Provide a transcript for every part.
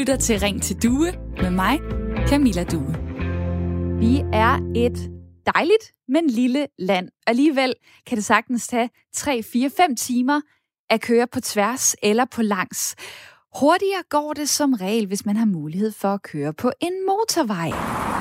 lytter til Ring til Due med mig, Camilla Due. Vi er et dejligt, men lille land. Alligevel kan det sagtens tage 3, 4, 5 timer at køre på tværs eller på langs. Hurtigere går det som regel, hvis man har mulighed for at køre på en motorvej.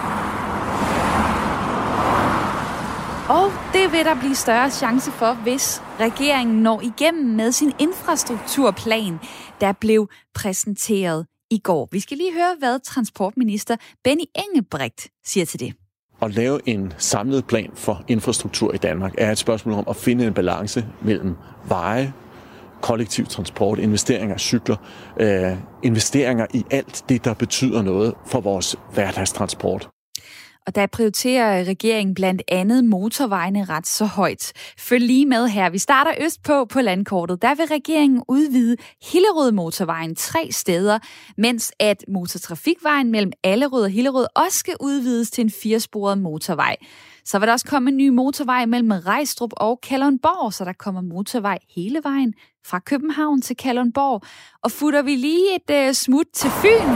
Og det vil der blive større chance for, hvis regeringen når igennem med sin infrastrukturplan, der blev præsenteret i går. Vi skal lige høre, hvad transportminister Benny Engelbrecht siger til det. At lave en samlet plan for infrastruktur i Danmark er et spørgsmål om at finde en balance mellem veje, kollektiv transport, investeringer i cykler, investeringer i alt det, der betyder noget for vores hverdagstransport. Og der prioriterer regeringen blandt andet motorvejene ret så højt. Følg lige med her. Vi starter østpå på landkortet. Der vil regeringen udvide Hillerød motorvejen 3 steder, mens at motortrafikvejen mellem Allerød og Hillerød også skal udvides til en 4-sporet motorvej. Så vil der også komme en ny motorvej mellem Rejstrup og Kalundborg, så der kommer motorvej hele vejen fra København til Kalundborg. Og futter vi lige et smut til Fyn,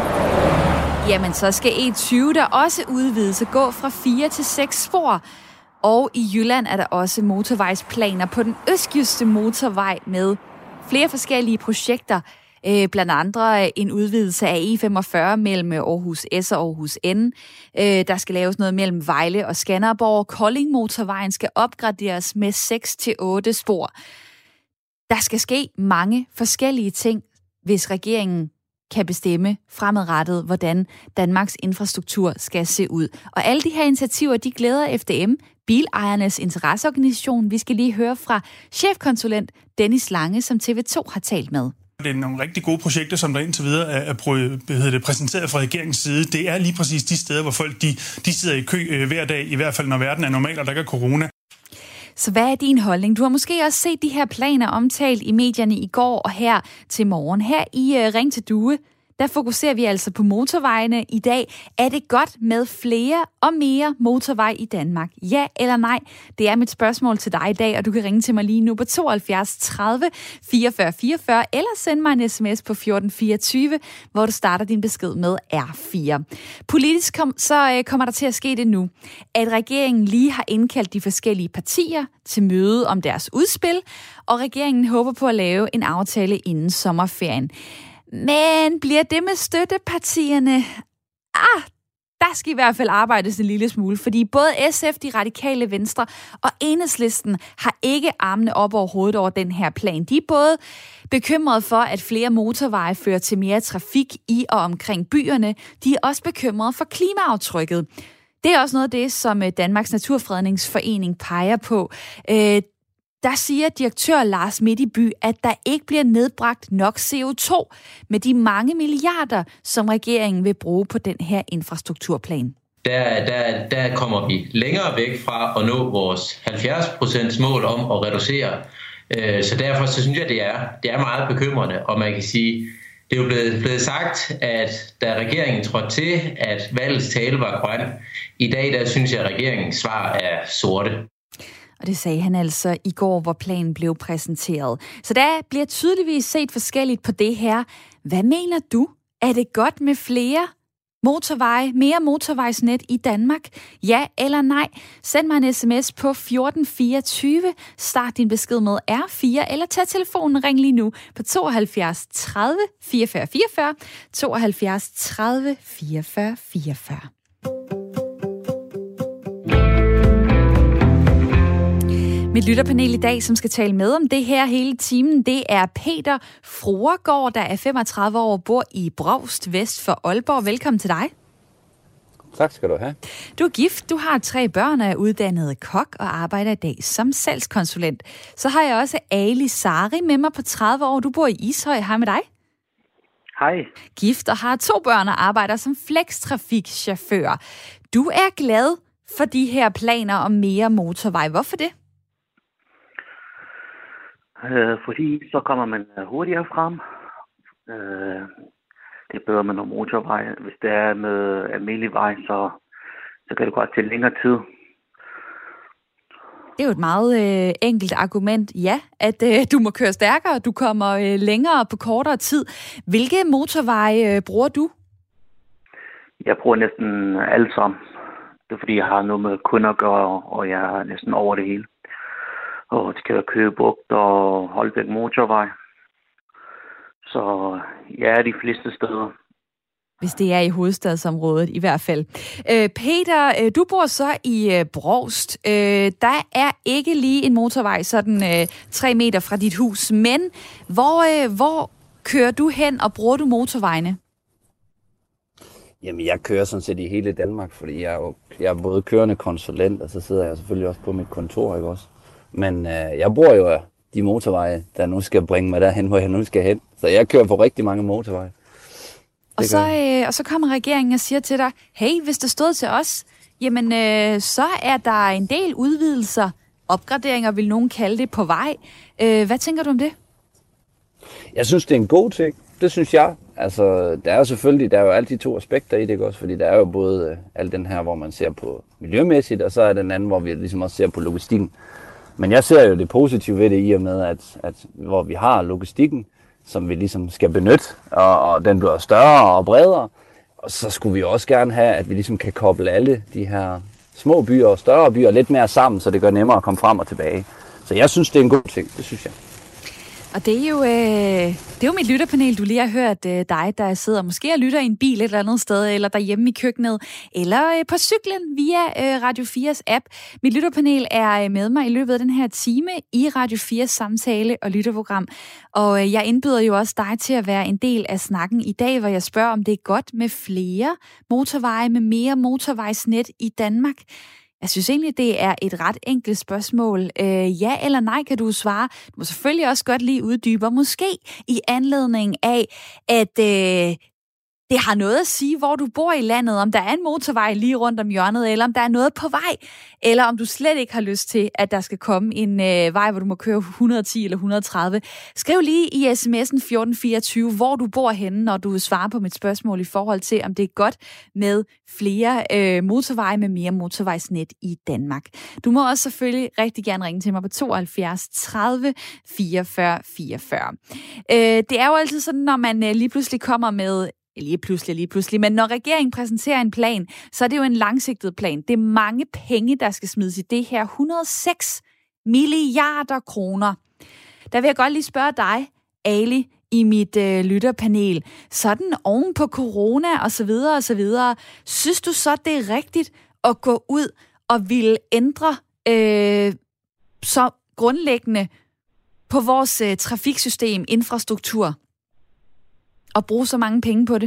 jamen så skal E20 der også udvides og gå fra 4 til 6 spor. Og i Jylland er der også motorvejsplaner på den østjyske motorvej med flere forskellige projekter. Blandt andre en udvidelse af E45 mellem Aarhus S og Aarhus N. Der skal laves noget mellem Vejle og Skanderborg. Kolding-motorvejen skal opgraderes med 6 til 8 spor. Der skal ske mange forskellige ting, hvis regeringen kan bestemme fremadrettet, hvordan Danmarks infrastruktur skal se ud. Og alle de her initiativer, de glæder FDM, bilejernes interesseorganisation. Vi skal lige høre fra chefkonsulent Dennis Lange, som TV2 har talt med. Det er nogle rigtig gode projekter, som der indtil videre er præsenteret fra regeringens side. Det er lige præcis de steder, hvor folk de sidder i kø hver dag, i hvert fald når verden er normal, og der ikke er corona. Så hvad er din holdning? Du har måske også set de her planer omtalt i medierne i går og her til morgen. Her i Ring til Due, der fokuserer vi altså på motorvejene i dag. Er det godt med flere og mere motorvej i Danmark? Ja eller nej? Det er mit spørgsmål til dig i dag, og du kan ringe til mig lige nu på 72 30 44 44, eller send mig en sms på 1424, hvor du starter din besked med R4. Politisk kommer der til at ske det nu, at regeringen lige har indkaldt de forskellige partier til møde om deres udspil, og regeringen håber på at lave en aftale inden sommerferien. Men bliver det med støttepartierne? Der skal i hvert fald arbejdes en lille smule, fordi både SF, de radikale Venstre og Enhedslisten har ikke armene op over hovedet over den her plan. De er både bekymrede for, at flere motorveje fører til mere trafik i og omkring byerne. De er også bekymrede for klimaaftrykket. Det er også noget af det, som Danmarks Naturfredningsforening peger på. Der siger direktør Lars Midtby, at der ikke bliver nedbragt nok CO2 med de mange milliarder, som regeringen vil bruge på den her infrastrukturplan. Der kommer vi længere væk fra at nå vores 70% mål om at reducere. Så derfor så synes jeg, det er meget bekymrende, og man kan sige, det er jo blevet sagt, at da regeringen trådte til, at valgets tale var grøn. I dag der synes jeg, at regeringens svar er sorte. Og det sagde han altså i går, hvor planen blev præsenteret. Så der bliver tydeligvis set forskelligt på det her. Hvad mener du? Er det godt med flere motorveje, mere motorvejsnet i Danmark? Ja eller nej? Send mig en sms på 1424. Start din besked med R4, eller tag telefonen, ring lige nu på 72 30 44 44, 72 30 44 44. Mit lytterpanel i dag, som skal tale med om det her hele timen, det er Peter Froergaard, der er 35 år og bor i Brovst, vest for Aalborg. Velkommen til dig. Tak skal du have. Du er gift, du har 3 børn og er uddannet kok og arbejder i dag som salgskonsulent. Så har jeg også Ali Sari med mig på 30 år. Du bor i Ishøj. Hej med dig. Hej. Gift og har 2 børn og arbejder som flextrafikchauffør. Du er glad for de her planer om mere motorvej. Hvorfor det? Fordi så kommer man hurtigere frem. Det er bedre med nogle motorveje. Hvis det er med almindelig vej, så kan det godt tage længere tid. Det er jo et meget enkelt argument, ja, at du må køre stærkere, du kommer længere på kortere tid. Hvilke motorveje bruger du Jeg bruger næsten alle sammen. Det er fordi, jeg har noget med kunder at gøre, og jeg er næsten over det hele. Og det kan være Køge Bugt og Holbæk Motorvej. Så jeg er de fleste steder. Hvis det er i hovedstadsområdet i hvert fald. Peter, du bor så i Brovst. Der er ikke lige en motorvej sådan 3 meter fra dit hus, men hvor kører du hen, og bruger du motorvejene? Jamen, jeg kører sådan set i hele Danmark, fordi jeg er både kørende konsulent, og så sidder jeg selvfølgelig også på mit kontor, ikke også? Men jeg bruger jo de motorveje, der nu skal bringe mig derhen, hvor jeg nu skal hen. Så jeg kører på rigtig mange motorveje. Og så kommer regeringen og siger til dig, hey, hvis det stod til os, jamen så er der en del udvidelser, opgraderinger vil nogen kalde det, på vej. Hvad tænker du om det? Jeg synes, det er en god ting. Det synes jeg. Altså, der er jo altid 2 aspekter i det, ikke også? Fordi der er jo både alt den her, hvor man ser på miljømæssigt, og så er den anden, hvor vi ligesom også ser på logistikken. Men jeg ser jo det positive ved det i og med, at hvor vi har logistikken, som vi ligesom skal benytte, og den bliver større og bredere. Og så skulle vi også gerne have, at vi ligesom kan koble alle de her små byer og større byer lidt mere sammen, så det gør nemmere at komme frem og tilbage. Så jeg synes, det er en god ting, det synes jeg. Og det er jo mit lytterpanel, du lige har hørt dig, der sidder måske og lytter i en bil et eller andet sted, eller derhjemme i køkkenet, eller på cyklen via Radio 4's app. Mit lytterpanel er med mig i løbet af den her time i Radio 4's samtale- og lytterprogram. Og jeg indbyder jo også dig til at være en del af snakken i dag, hvor jeg spørger, om det er godt med flere motorveje, med mere motorvejsnet i Danmark. Jeg synes egentlig, det er et ret enkelt spørgsmål. Ja eller nej kan du svare. Du må selvfølgelig også godt lige uddybe, måske i anledning af, at det har noget at sige, hvor du bor i landet, om der er en motorvej lige rundt om hjørnet, eller om der er noget på vej, eller om du slet ikke har lyst til, at der skal komme en vej, hvor du må køre 110 eller 130. Skriv lige i sms'en 1424, hvor du bor henne, når du svarer på mit spørgsmål i forhold til, om det er godt med flere motorveje med mere motorvejsnet i Danmark. Du må også selvfølgelig rigtig gerne ringe til mig på 72 30 44 44. Det er jo altid sådan, når man lige pludselig kommer med lige pludselig. Men når regeringen præsenterer en plan, så er det jo en langsigtet plan. Det er mange penge, der skal smides i det her. 106 milliarder kroner. Der vil jeg godt lige spørge dig, Ali, i mit lytterpanel. Sådan oven på corona og så videre. Synes du så, det er rigtigt at gå ud og ville ændre så grundlæggende på vores trafiksystem, infrastruktur? Og bruge så mange penge på det?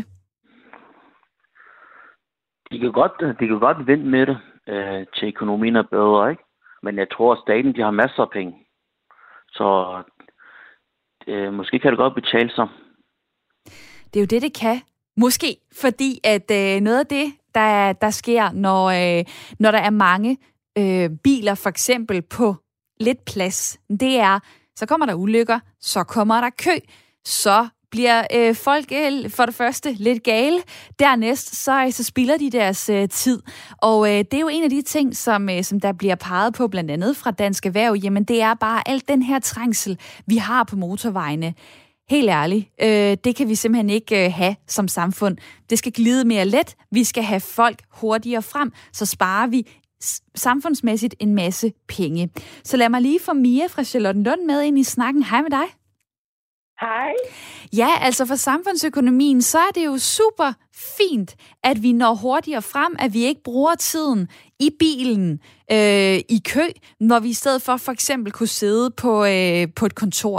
De kan godt vente med det, til økonomien er bedre, ikke? Men jeg tror, at staten de har masser af penge. Så måske kan det godt betale sig. Det er jo det kan. Måske fordi, at noget af det, der sker, når der er mange biler, for eksempel på lidt plads, det er, så kommer der ulykker, så kommer der kø, så bliver folk for det første lidt gale. Dernæst, så spilder de deres tid. Og det er jo en af de ting, som der bliver peget på, blandt andet fra Dansk Erhverv. Jamen, det er bare alt den her trængsel, vi har på motorvejene. Helt ærligt, det kan vi simpelthen ikke have som samfund. Det skal glide mere let. Vi skal have folk hurtigere frem, så sparer vi samfundsmæssigt en masse penge. Så lad mig lige få Mia fra Charlottenlund med ind i snakken. Hej med dig. Hej. Ja, altså for samfundsøkonomien, så er det jo super fint, at vi når hurtigere frem, at vi ikke bruger tiden i bilen, i kø, når vi i stedet for eksempel kunne sidde på et kontor.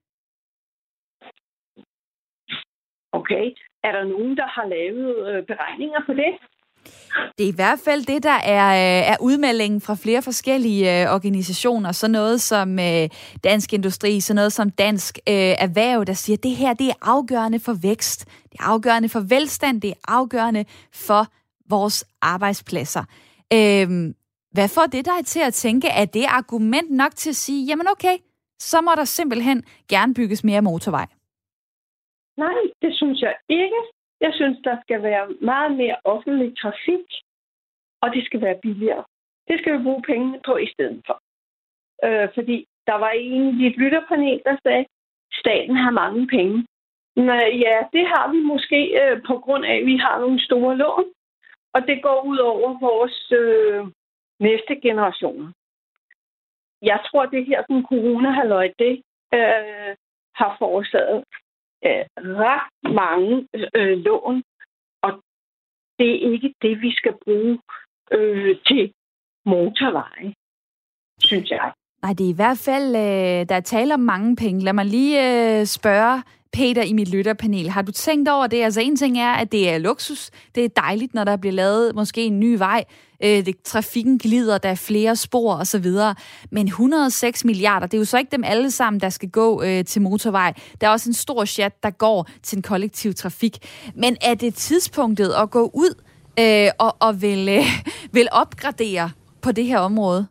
Okay. Er der nogen, der har lavet beregninger på det? Det er i hvert fald det, der er udmeldingen fra flere forskellige organisationer. Så noget som Dansk Industri, så noget som Dansk Erhverv, der siger, at det her det er afgørende for vækst. Det er afgørende for velstand. Det er afgørende for vores arbejdspladser. Hvad får det dig til at tænke, at det er argument nok til at sige, jamen okay, så må der simpelthen gerne bygges mere motorvej? Nej, det synes jeg ikke. Jeg synes, der skal være meget mere offentlig trafik, og det skal være billigere. Det skal vi bruge pengene på i stedet for. Fordi der var en i et lytterpanel, der sagde, at staten har mange penge. Ja, det har vi måske på grund af, at vi har nogle store lån. Og det går ud over vores næste generation. Jeg tror, det her som corona-halløj, det har forårsaget ret mange lån, og det er ikke det, vi skal bruge til motorveje, synes jeg. Nej, det er i hvert fald, der er tale om mange penge. Lad mig lige spørge Peter i mit lytterpanel. Har du tænkt over det? Altså en ting er, at det er luksus. Det er dejligt, når der bliver lavet måske en ny vej. Trafikken glider, der er flere spor osv. Men 106 milliarder, det er jo så ikke dem alle sammen, der skal gå til motorvej. Der er også en stor chat, der går til en kollektiv trafik. Men er det tidspunktet at gå ud og vil opgradere på det her område?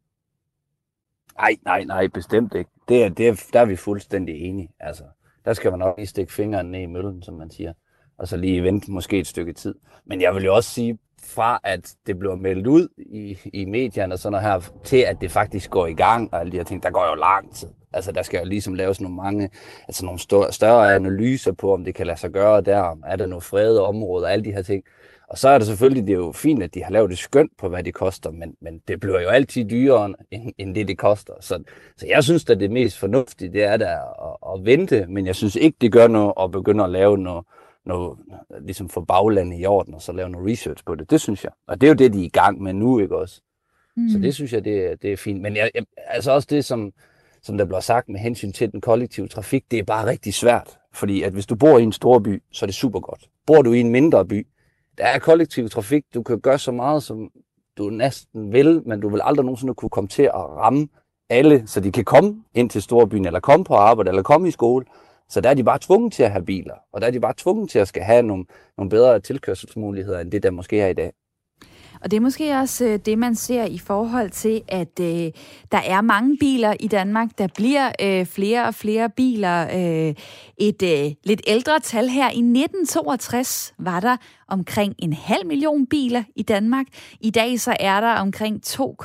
Nej, bestemt ikke. Der er vi fuldstændig enige. Altså, der skal man nok lige stikke fingeren ned i møllen, som man siger, og så lige vente måske et stykke tid. Men jeg vil jo også sige, fra at det bliver meldt ud i medierne og sådan noget her, til at det faktisk går i gang, og alle de her ting, der går jo lang tid. Altså, der skal jo ligesom laves nogle større analyser på, om det kan lade sig gøre der, er der nogle fredede områder, alle de her ting. Og så er det selvfølgelig, det er jo fint, at de har lavet et skøn på, hvad det koster, men det bliver jo altid dyrere, end det koster. Så jeg synes, at det mest fornuftige, det er der at vente, men jeg synes ikke, det gør noget at begynde at lave noget ligesom for baglandet i orden, og så lave noget research på det. Det synes jeg. Og det er jo det, de er i gang med nu, ikke også? Så det synes jeg, det er fint. Men altså også det, som der bliver sagt med hensyn til den kollektive trafik, det er bare rigtig svært. Fordi at hvis du bor i en stor by, så er det super godt. Bor du i en mindre by, der er kollektiv trafik, du kan gøre så meget, som du næsten vil, men du vil aldrig nogensinde kunne komme til at ramme alle, så de kan komme ind til storbyen, eller komme på arbejde, eller komme i skole. Så der er de bare tvunget til at have biler, og der er de bare tvunget til at skal have nogle bedre tilkørselsmuligheder, end det der måske er i dag. Og det er måske også det, man ser i forhold til, at der er mange biler i Danmark. Der bliver flere og flere biler. Et lidt ældre tal her. I 1962 var der omkring 500.000 biler i Danmark. I dag så er der omkring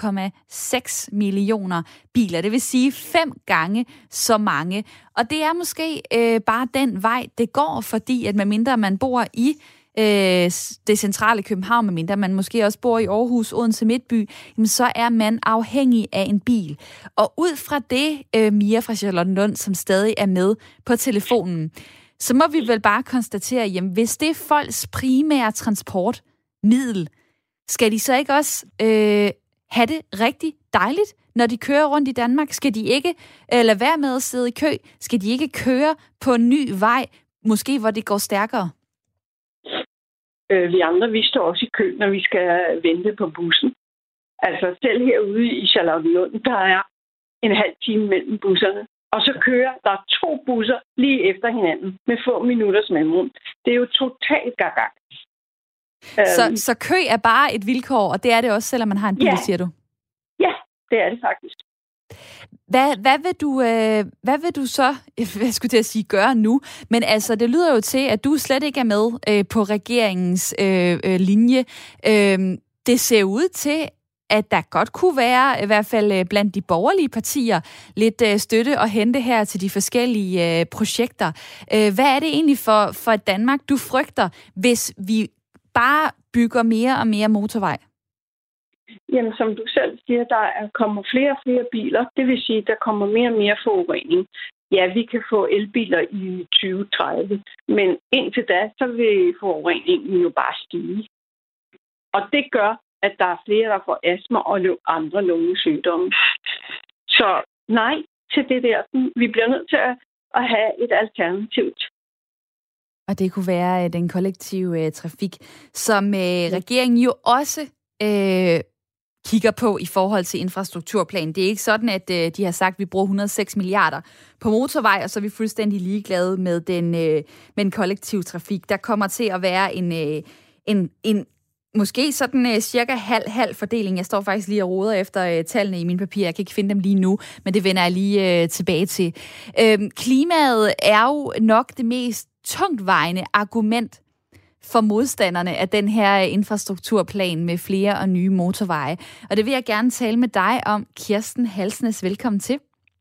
2,6 millioner biler. Det vil sige 5 gange så mange. Og det er måske bare den vej, det går, fordi at medmindre man bor i det centrale København, medmindre man måske også bor i Aarhus, Odense, Midtby, jamen så er man afhængig af en bil. Og ud fra det, Mia fra Charlottenlund, som stadig er med på telefonen, så må vi vel bare konstatere, jamen hvis det er folks primære transportmiddel, skal de så ikke også have det rigtig dejligt, når de kører rundt i Danmark? Skal de ikke lade være med at sidde i kø? Skal de ikke køre på en ny vej, måske hvor det går stærkere? Vi andre, vi står også i kø, når vi skal vente på bussen. Altså selv herude i Charlottenlund, der er en halv time mellem busserne. Og så kører der 2 busser lige efter hinanden med få minutters mellemrum. Det er jo totalt gagang. Så kø er bare et vilkår, og det er det også, selvom man har en bil, siger du? Ja, det er det faktisk. Hvad vil du så, hvad skulle jeg sige, gøre nu? Men altså, det lyder jo til, at du slet ikke er med på regeringens linje. Det ser ud til, at der godt kunne være, i hvert fald blandt de borgerlige partier, lidt støtte og hente her til de forskellige projekter. Hvad er det egentlig for Danmark, du frygter, hvis vi bare bygger mere og mere motorvej? Jamen, som du selv siger, kommer flere og flere biler. Det vil sige, at der kommer mere og mere forurening. Ja, vi kan få elbiler i 2030, men indtil da, så vil forureningen jo bare stige. Og det gør, at der er flere, der får astma og andre lungesygdomme. Så nej til det der. Vi bliver nødt til at have et alternativt. Og det kunne være den kollektive trafik, som regeringen jo også kigger på i forhold til infrastrukturplanen. Det er ikke sådan, at de har sagt, at vi bruger 106 milliarder på motorvej, og så er vi fuldstændig ligeglade med den kollektive trafik. Der kommer til at være en måske sådan cirka halv fordeling. Jeg står faktisk lige og roder efter tallene i mine papirer. Jeg kan ikke finde dem lige nu, men det vender jeg lige tilbage til. Klimaet er jo nok det mest tungtvejende argument for modstanderne af den her infrastrukturplan med flere og nye motorveje. Og det vil jeg gerne tale med dig om. Kirsten Halsnæs, velkommen til.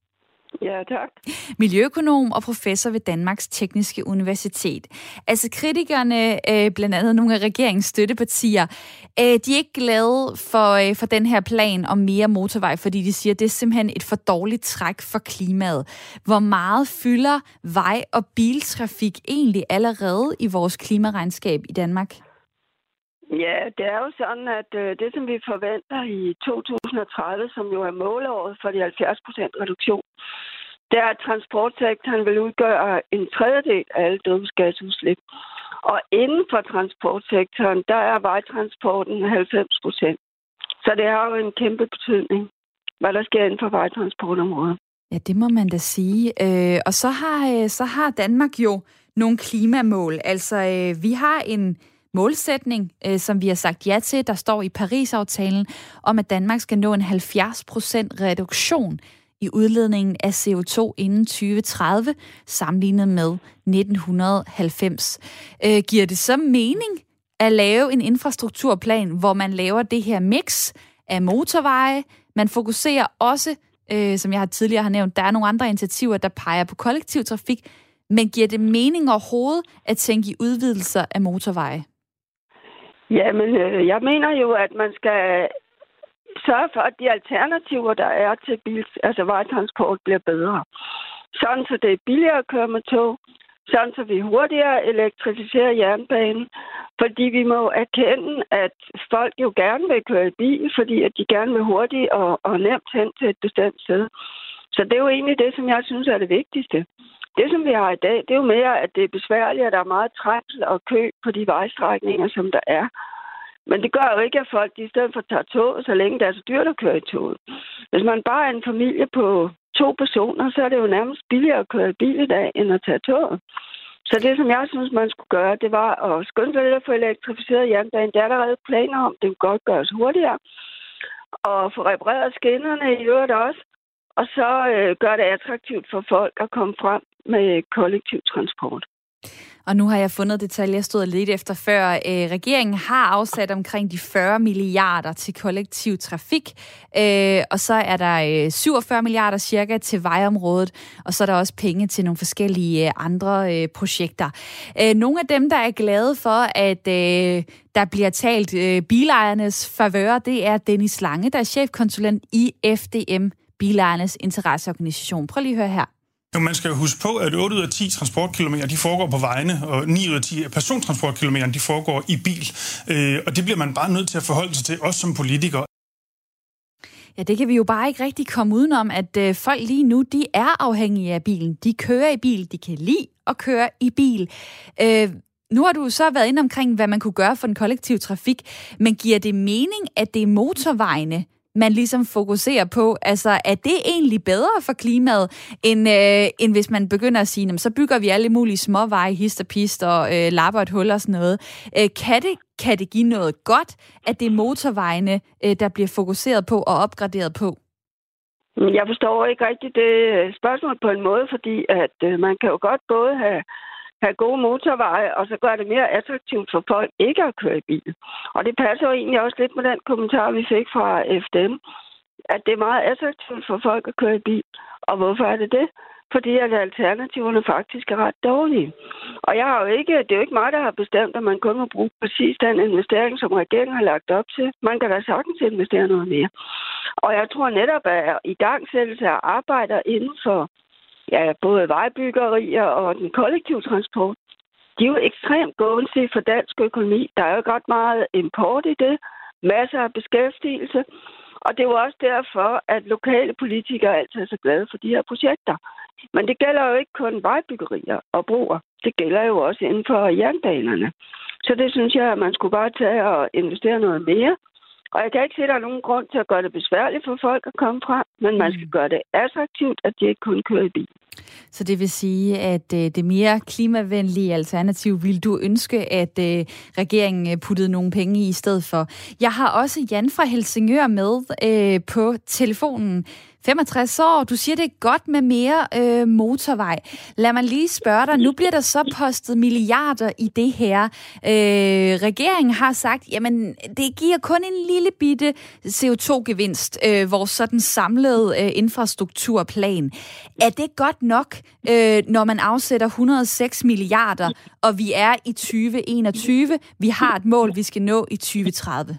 Ja, tak. Miljøøkonom og professor ved Danmarks Tekniske Universitet. Altså kritikerne, blandt andet nogle af regeringens støttepartier, de er ikke glade for den her plan om mere motorvej, fordi de siger, at det er simpelthen et for dårligt træk for klimaet. Hvor meget fylder vej- og biltrafik egentlig allerede i vores klimaregnskab i Danmark? Ja, det er jo sådan, at det, som vi forventer i 2030, som jo er måleåret for de 70% reduktion, det er, at transportsektoren vil udgøre en tredjedel af alle drivhusgasudslip. Og inden for transportsektoren, der er vejtransporten 90%. Så det har jo en kæmpe betydning, hvad der sker inden for vejtransportområdet. Ja, det må man da sige. Og så har Danmark jo nogle klimamål. Altså, vi har en målsætning, som vi har sagt ja til, der står i Paris-aftalen, om at Danmark skal nå en 70% reduktion i udledningen af CO2 inden 2030, sammenlignet med 1990. Giver det så mening at lave en infrastrukturplan, hvor man laver det her mix af motorveje? Man fokuserer også, som jeg tidligere har nævnt, der er nogle andre initiativer, der peger på kollektiv trafik, men giver det mening overhovedet at tænke i udvidelser af motorveje? Jamen, jeg mener jo, at man skal sørge for, at de alternativer, der er til vejtransport, bliver bedre. Sådan, så det er billigere at køre med tog. Sådan, så vi hurtigere elektrificerer jernbanen. Fordi vi må erkende, at folk jo gerne vil køre i bil, fordi at de gerne vil hurtigt og nemt hen til et bestemt sted. Så det er jo egentlig det, som jeg synes er det vigtigste. Det, som vi har i dag, det er jo mere, at det er besværligt, at der er meget trængsel og kø på de vejstrækninger, som der er. Men det gør jo ikke, at folk i stedet for tager toget, så længe det er så dyrt at køre i toget. Hvis man bare er en familie på 2 personer, så er det jo nærmest billigere at køre i bil i dag, end at tage toget. Så det, som jeg synes, man skulle gøre, det var at skynde sig lidt at få elektrificeret jernbanen. Der er allerede planer om, det kan godt gøres hurtigere. Og få repareret skinnerne i øvrigt også. Og så gør det attraktivt for folk at komme frem med kollektiv transport. Og nu har jeg fundet detaljer, jeg stod lidt efter før. Regeringen har afsat omkring de 40 milliarder til kollektiv trafik, og så er der 47 milliarder cirka til vejområdet, og så er der også penge til nogle forskellige andre projekter. Nogle af dem, der er glade for, at der bliver talt bilejernes favør, det er Dennis Lange, der er chefkonsulent i FDM, Bilejernes Interesseorganisation. Prøv lige at høre her. Jo, man skal jo huske på, at 8 ud af 10 transportkilometer, de foregår på vejene, og 9 ud af 10 persontransportkilometer, de foregår i bil. Og det bliver man bare nødt til at forholde sig til, også som politiker. Ja, det kan vi jo bare ikke rigtig komme udenom, at folk lige nu, de er afhængige af bilen. De kører i bil, de kan lide at køre i bil. Nu har du så været inde omkring, hvad man kunne gøre for den kollektive trafik, men giver det mening, at det er motorvejene, man ligesom fokuserer på? Altså, er det egentlig bedre for klimaet, end hvis man begynder at sige, så bygger vi alle mulige småveje, hist og pist og lapper et hul og sådan noget. Kan det give noget godt, at det er motorvejene, der bliver fokuseret på og opgraderet på? Jeg forstår ikke rigtig det spørgsmål på en måde, fordi at man kan jo godt både have gode motorveje, og så gør det mere attraktivt for folk ikke at køre i bil. Og det passer jo egentlig også lidt med den kommentar, vi fik fra FDM, at det er meget attraktivt for folk at køre i bil. Og hvorfor er det det? Fordi at alternativerne faktisk er ret dårlige. Og det er jo ikke mig, der har bestemt, at man kun må bruge præcis den investering, som regeringen har lagt op til. Man kan da sagtens investere noget mere. Og jeg tror netop, at igangsættelse af arbejder inden for både vejbyggerier og den kollektive transport, de er jo ekstremt gunstige for dansk økonomi. Der er jo ikke ret meget import i det, masser af beskæftigelse, og det er jo også derfor, at lokale politikere altid er så glade for de her projekter. Men det gælder jo ikke kun vejbyggerier og broer. Det gælder jo også inden for jernbanerne. Så det synes jeg, at man skulle bare tage og investere noget mere. Og jeg kan ikke se, at der er nogen grund til at gøre det besværligt for folk at komme frem, men man skal gøre det attraktivt, at de ikke kun kører i bil. Så det vil sige, at det mere klimavenlige alternativ vil du ønske, at regeringen puttede nogle penge i stedet for. Jeg har også Jan fra Helsingør med på telefonen. 65 år. Du siger, det er godt med mere motorvej. Lad mig lige spørge dig. Nu bliver der så postet milliarder i det her. Regeringen har sagt, jamen det giver kun en lille bitte CO2-gevinst, vores sådan samlede infrastrukturplan. Er det godt nok, når man afsætter 106 milliarder, og vi er i 2021? Vi har et mål, vi skal nå i 2030.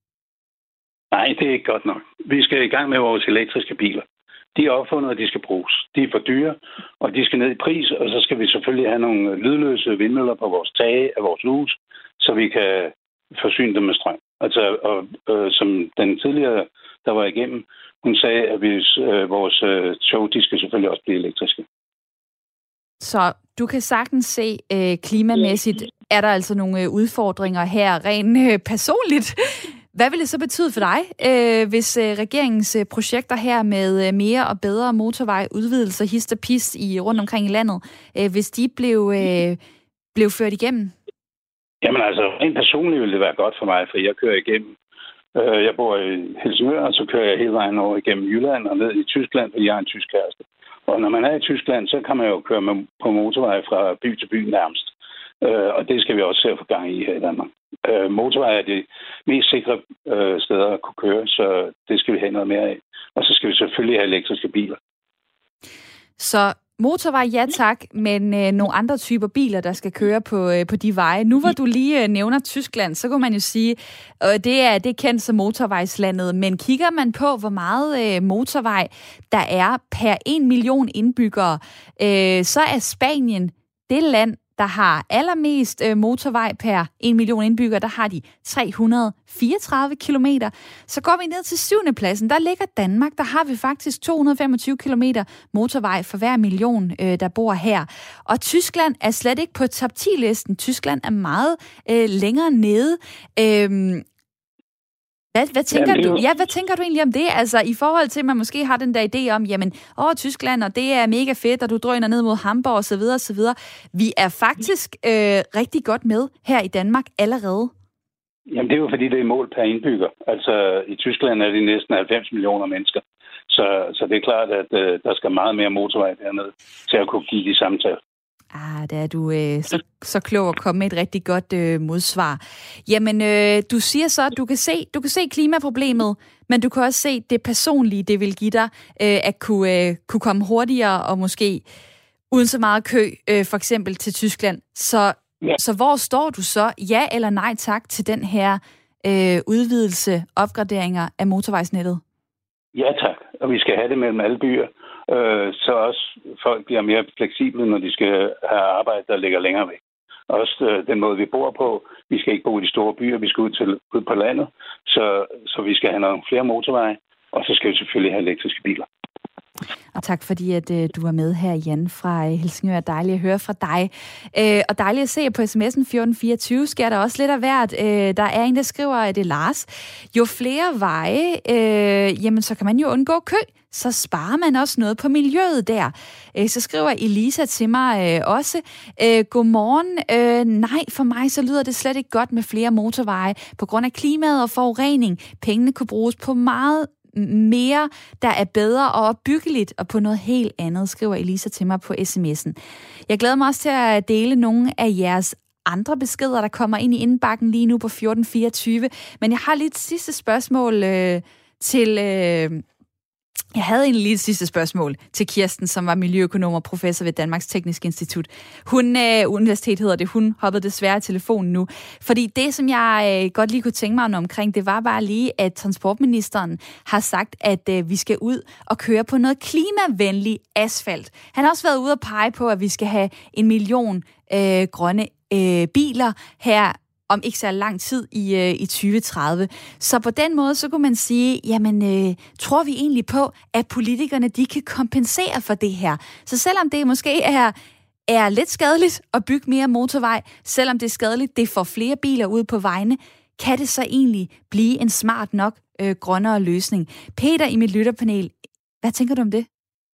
Nej, det er ikke godt nok. Vi skal i gang med vores elektriske biler. De er opfundet, og de skal bruges. De er for dyre, og de skal ned i pris, og så skal vi selvfølgelig have nogle lydløse vindmøller på vores tage af vores hus, så vi kan forsyne dem med strøm. Altså, som den tidligere, der var igennem, hun sagde, at vores tog, de skal selvfølgelig også blive elektriske. Så du kan sagtens se, klimamæssigt er der altså nogle udfordringer her, rent personligt. Hvad vil det så betyde for dig, hvis regeringens projekter her med mere og bedre motorvej, udvidelser, hist og pist rundt omkring i landet, hvis de blev ført igennem? Jamen altså, rent personligt ville det være godt for mig, for jeg kører igennem. Jeg bor i Helsingør, og så kører jeg hele vejen over igennem Jylland og ned i Tyskland, fordi jeg er en tysk kæreste. Og når man er i Tyskland, så kan man jo køre på motorvej fra by til by nærmest. Og det skal vi også se at få gang i her i Danmark. Motorvej er de mest sikre steder at kunne køre, så det skal vi have noget mere af. Og så skal vi selvfølgelig have elektriske biler. Så motorvej, ja tak, men nogle andre typer biler, der skal køre på de veje. Nu hvor du lige nævner Tyskland, så kan man jo sige, at det er kendt som motorvejslandet, men kigger man på, hvor meget motorvej der er per 1 million indbyggere, så er Spanien det land, der har allermest motorvej per 1 million indbyggere. Der har de 334 kilometer. Så går vi ned til 7. pladsen. Der ligger Danmark. Der har vi faktisk 225 kilometer motorvej for hver million, der bor her. Og Tyskland er slet ikke på top 10-listen. Tyskland er meget længere nede. Hvad tænker du? Ja, hvad tænker du egentlig om det? Altså i forhold til, at man måske har den der idé om, jamen, Tyskland, og det er mega fedt, og du drøner ned mod Hamburg og så videre, og så videre. Vi er faktisk rigtig godt med her i Danmark allerede. Jamen, det er jo fordi, det er mål per indbygger. Altså i Tyskland er det næsten 90 millioner mennesker. Så det er klart, at der skal meget mere motorvej dernede til at kunne give de samme tal. Der er du så klog at komme med et rigtig godt modsvar. Jamen, du siger så, at du kan se klimaproblemet, men du kan også se det personlige, det vil give dig at kunne komme hurtigere og måske uden så meget kø, for eksempel til Tyskland. Så hvor står du så? Ja eller nej tak til den her udvidelse, opgraderinger af motorvejsnettet? Ja tak, og vi skal have det mellem alle byer. Så også folk bliver mere fleksible, når de skal have arbejde, der ligger længere væk. Også den måde, vi bor på. Vi skal ikke bo i de store byer, vi skal ud på landet. Så vi skal have nogle flere motorveje, og så skal vi selvfølgelig have elektriske biler. Og tak fordi, at du var med her, Jan fra Helsingør. Dejligt at høre fra dig. Og dejligt at se på sms'en 1424. Sker der også lidt af hvert. Der er en, der skriver, at det er Lars. Jo flere veje, jamen så kan man jo undgå kø. Så sparer man også noget på miljøet der. Så skriver Elisa til mig også. Godmorgen. Nej, for mig så lyder det slet ikke godt med flere motorveje. På grund af klimaet og forurening. Pengene kunne bruges på meget mere, der er bedre og opbyggeligt, og på noget helt andet, skriver Elisa til mig på sms'en. Jeg glæder mig også til at dele nogle af jeres andre beskeder, der kommer ind i indbakken lige nu på 1424. Men jeg har lige et sidste spørgsmål til... Jeg havde egentlig lige et sidste spørgsmål til Kirsten, som var miljøøkonom og professor ved Danmarks Tekniske Institut. Universitet hedder det, hun hoppede desværre i telefonen nu. Fordi det, som jeg godt lige kunne tænke mig omkring, det var bare lige, at transportministeren har sagt, at vi skal ud og køre på noget klimavenlig asfalt. Han har også været ude og pege på, at vi skal have 1 million grønne biler her om ikke så lang tid i 2030. Så på den måde, så kunne man sige, jamen, tror vi egentlig på, at politikerne, de kan kompensere for det her? Så selvom det måske er lidt skadeligt at bygge mere motorvej, selvom det er skadeligt, det får flere biler ud på vejene, kan det så egentlig blive en smart nok grønnere løsning? Peter i mit lytterpanel, hvad tænker du om det?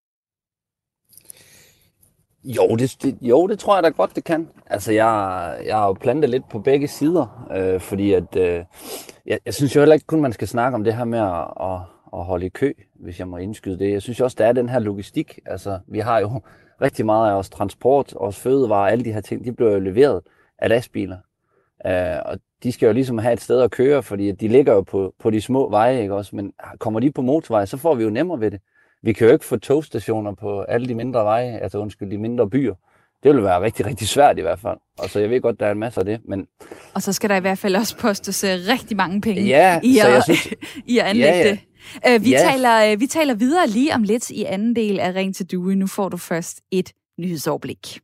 Jo, det tror jeg da godt, det kan. Altså, jeg har jo plantet lidt på begge sider, fordi at jeg synes jo heller ikke kun, man skal snakke om det her med holde i kø, hvis jeg må indskyde det. Jeg synes også, der er den her logistik. Altså, vi har jo rigtig meget af vores transport, vores fødevarer, alle de her ting, de bliver jo leveret af lastbiler. Og de skal jo ligesom have et sted at køre, fordi de ligger jo på de små veje, ikke også? Men kommer de på motorvej, så får vi jo nemmere ved det. Vi kan jo ikke få togstationer på alle de mindre veje, altså de mindre byer. Det vil være rigtig, rigtig svært i hvert fald. Og så jeg ved godt, der er en masse af det, men... Og så skal der i hvert fald også postes rigtig mange penge i at anlægge det. Vi taler videre lige om lidt i anden del af Ring til Due. Nu får du først et nyhedsoverblik.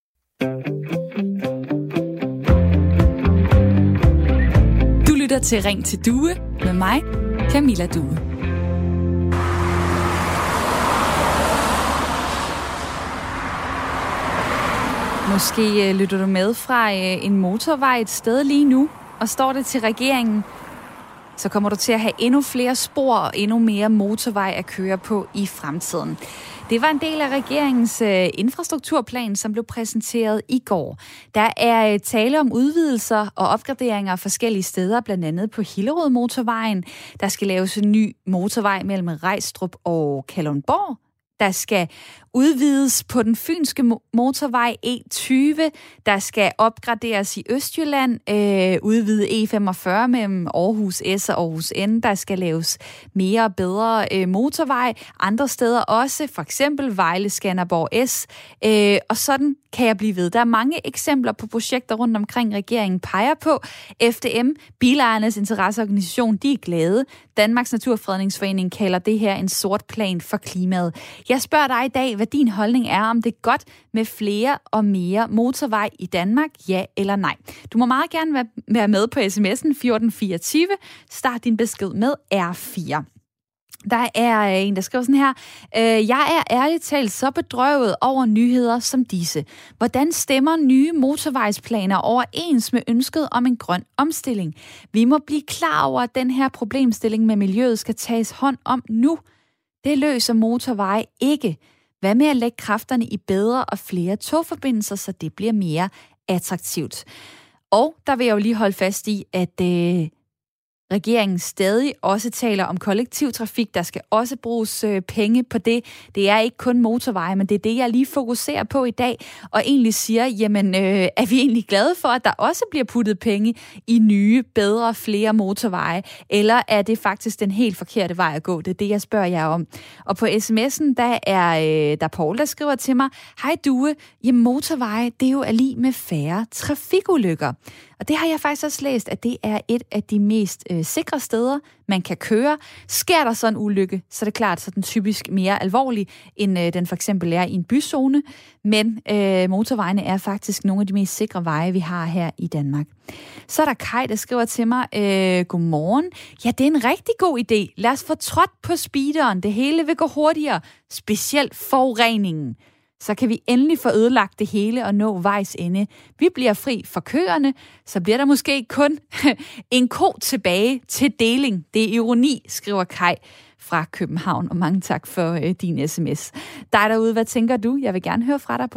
Du lytter til Ring til Due med mig, Camilla Due. Måske lytter du med fra en motorvej et sted lige nu, og står det til regeringen, så kommer du til at have endnu flere spor og endnu mere motorvej at køre på i fremtiden. Det var en del af regeringens infrastrukturplan, som blev præsenteret i går. Der er tale om udvidelser og opgraderinger forskellige steder, blandt andet på Hillerød Motorvejen. Der skal laves en ny motorvej mellem Rejstrup og Kalundborg. Der skal udvides på den fynske motorvej E20. Der skal opgraderes i Østjylland. Udvide E45 mellem Aarhus S og Aarhus N. Der skal laves mere og bedre motorvej. Andre steder også, for eksempel Vejle Skanderborg S. Og sådan kan jeg blive ved. Der er mange eksempler på projekter rundt omkring regeringen peger på. FDM, Bilejernes Interesseorganisation, de er glade. Danmarks Naturfredningsforening kalder det her en sort plan for klimaet. Jeg spørger dig i dag, hvad din holdning er, om det er godt med flere og mere motorvej i Danmark, ja eller nej. Du må meget gerne være med på sms'en 1424. Start din besked med R4. Der er en, der skriver sådan her. Jeg er ærligt talt så bedrøvet over nyheder som disse. Hvordan stemmer nye motorvejsplaner overens med ønsket om en grøn omstilling? Vi må blive klar over, at den her problemstilling med miljøet skal tages hånd om nu. Det løser motorveje ikke. Hvad med at lægge kræfterne i bedre og flere togforbindelser, så det bliver mere attraktivt? Og der vil jeg jo lige holde fast i, at regeringen stadig også taler om kollektivtrafik. Der skal også bruges penge på det. Det er ikke kun motorveje, men det er det, jeg lige fokuserer på i dag. Og egentlig siger, jamen, er vi egentlig glade for, at der også bliver puttet penge i nye, bedre, flere motorveje? Eller er det faktisk den helt forkerte vej at gå? Det er det, jeg spørger jer om. Og på sms'en, der er Paul, der skriver til mig, hej Due, jamen motorveje, det er jo lig med færre trafikulykker. Og det har jeg faktisk også læst, at det er et af de mest sikre steder, man kan køre. Sker der så en ulykke, så er det klart, så er den typisk mere alvorlig, end den for eksempel er i en byzone. Men motorvejene er faktisk nogle af de mest sikre veje, vi har her i Danmark. Så er der Kai, der skriver til mig, godmorgen. Ja, det er en rigtig god idé. Lad os få trådt på speederen. Det hele vil gå hurtigere, specielt forureningen. Så kan vi endelig få ødelagt det hele og nå vejs ende. Vi bliver fri for køerne, så bliver der måske kun en ko tilbage til deling. Det er ironi, skriver Kai fra København, og mange tak for din sms. Dig derude, hvad tænker du? Jeg vil gerne høre fra dig på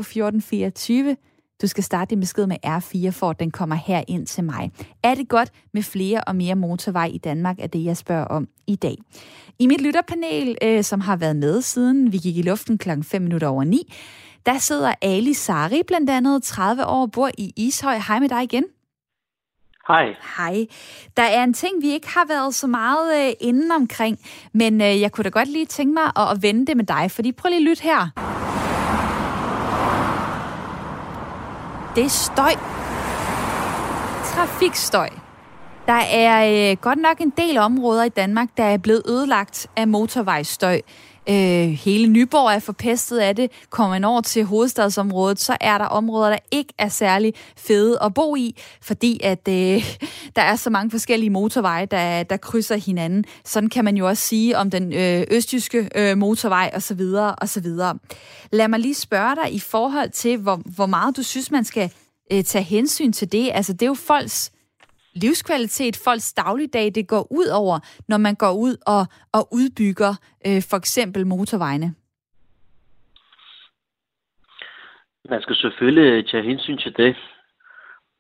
1424. Du skal starte din besked med R4, for at den kommer her ind til mig. Er det godt med flere og mere motorvej i Danmark, er det, jeg spørger om i dag. I mit lytterpanel, som har været med siden vi gik i luften 9:05, der sidder Ali Sari, blandt andet 30 år, bor i Ishøj. Hej med dig igen. Hej. Hej. Der er en ting, vi ikke har været så meget inden omkring, men jeg kunne da godt lige tænke mig at vende det med dig, fordi prøv lige at lytte her. Det er støj. Trafikstøj. Der er godt nok en del områder i Danmark, der er blevet ødelagt af motorvejsstøj. Hele Nyborg er forpestet af det. Kommer man over til hovedstadsområdet, så er der områder, der ikke er særlig fede at bo i, fordi at der er så mange forskellige motorveje, der krydser hinanden. Sådan kan man jo også sige om den østjyske motorvej osv. osv. Lad mig lige spørge dig i forhold til, hvor meget du synes, man skal tage hensyn til det. Altså, det er jo folks livskvalitet, folks dagligdag, det går ud over, når man går ud og udbygger for eksempel motorvejene? Man skal selvfølgelig tage hensyn til det.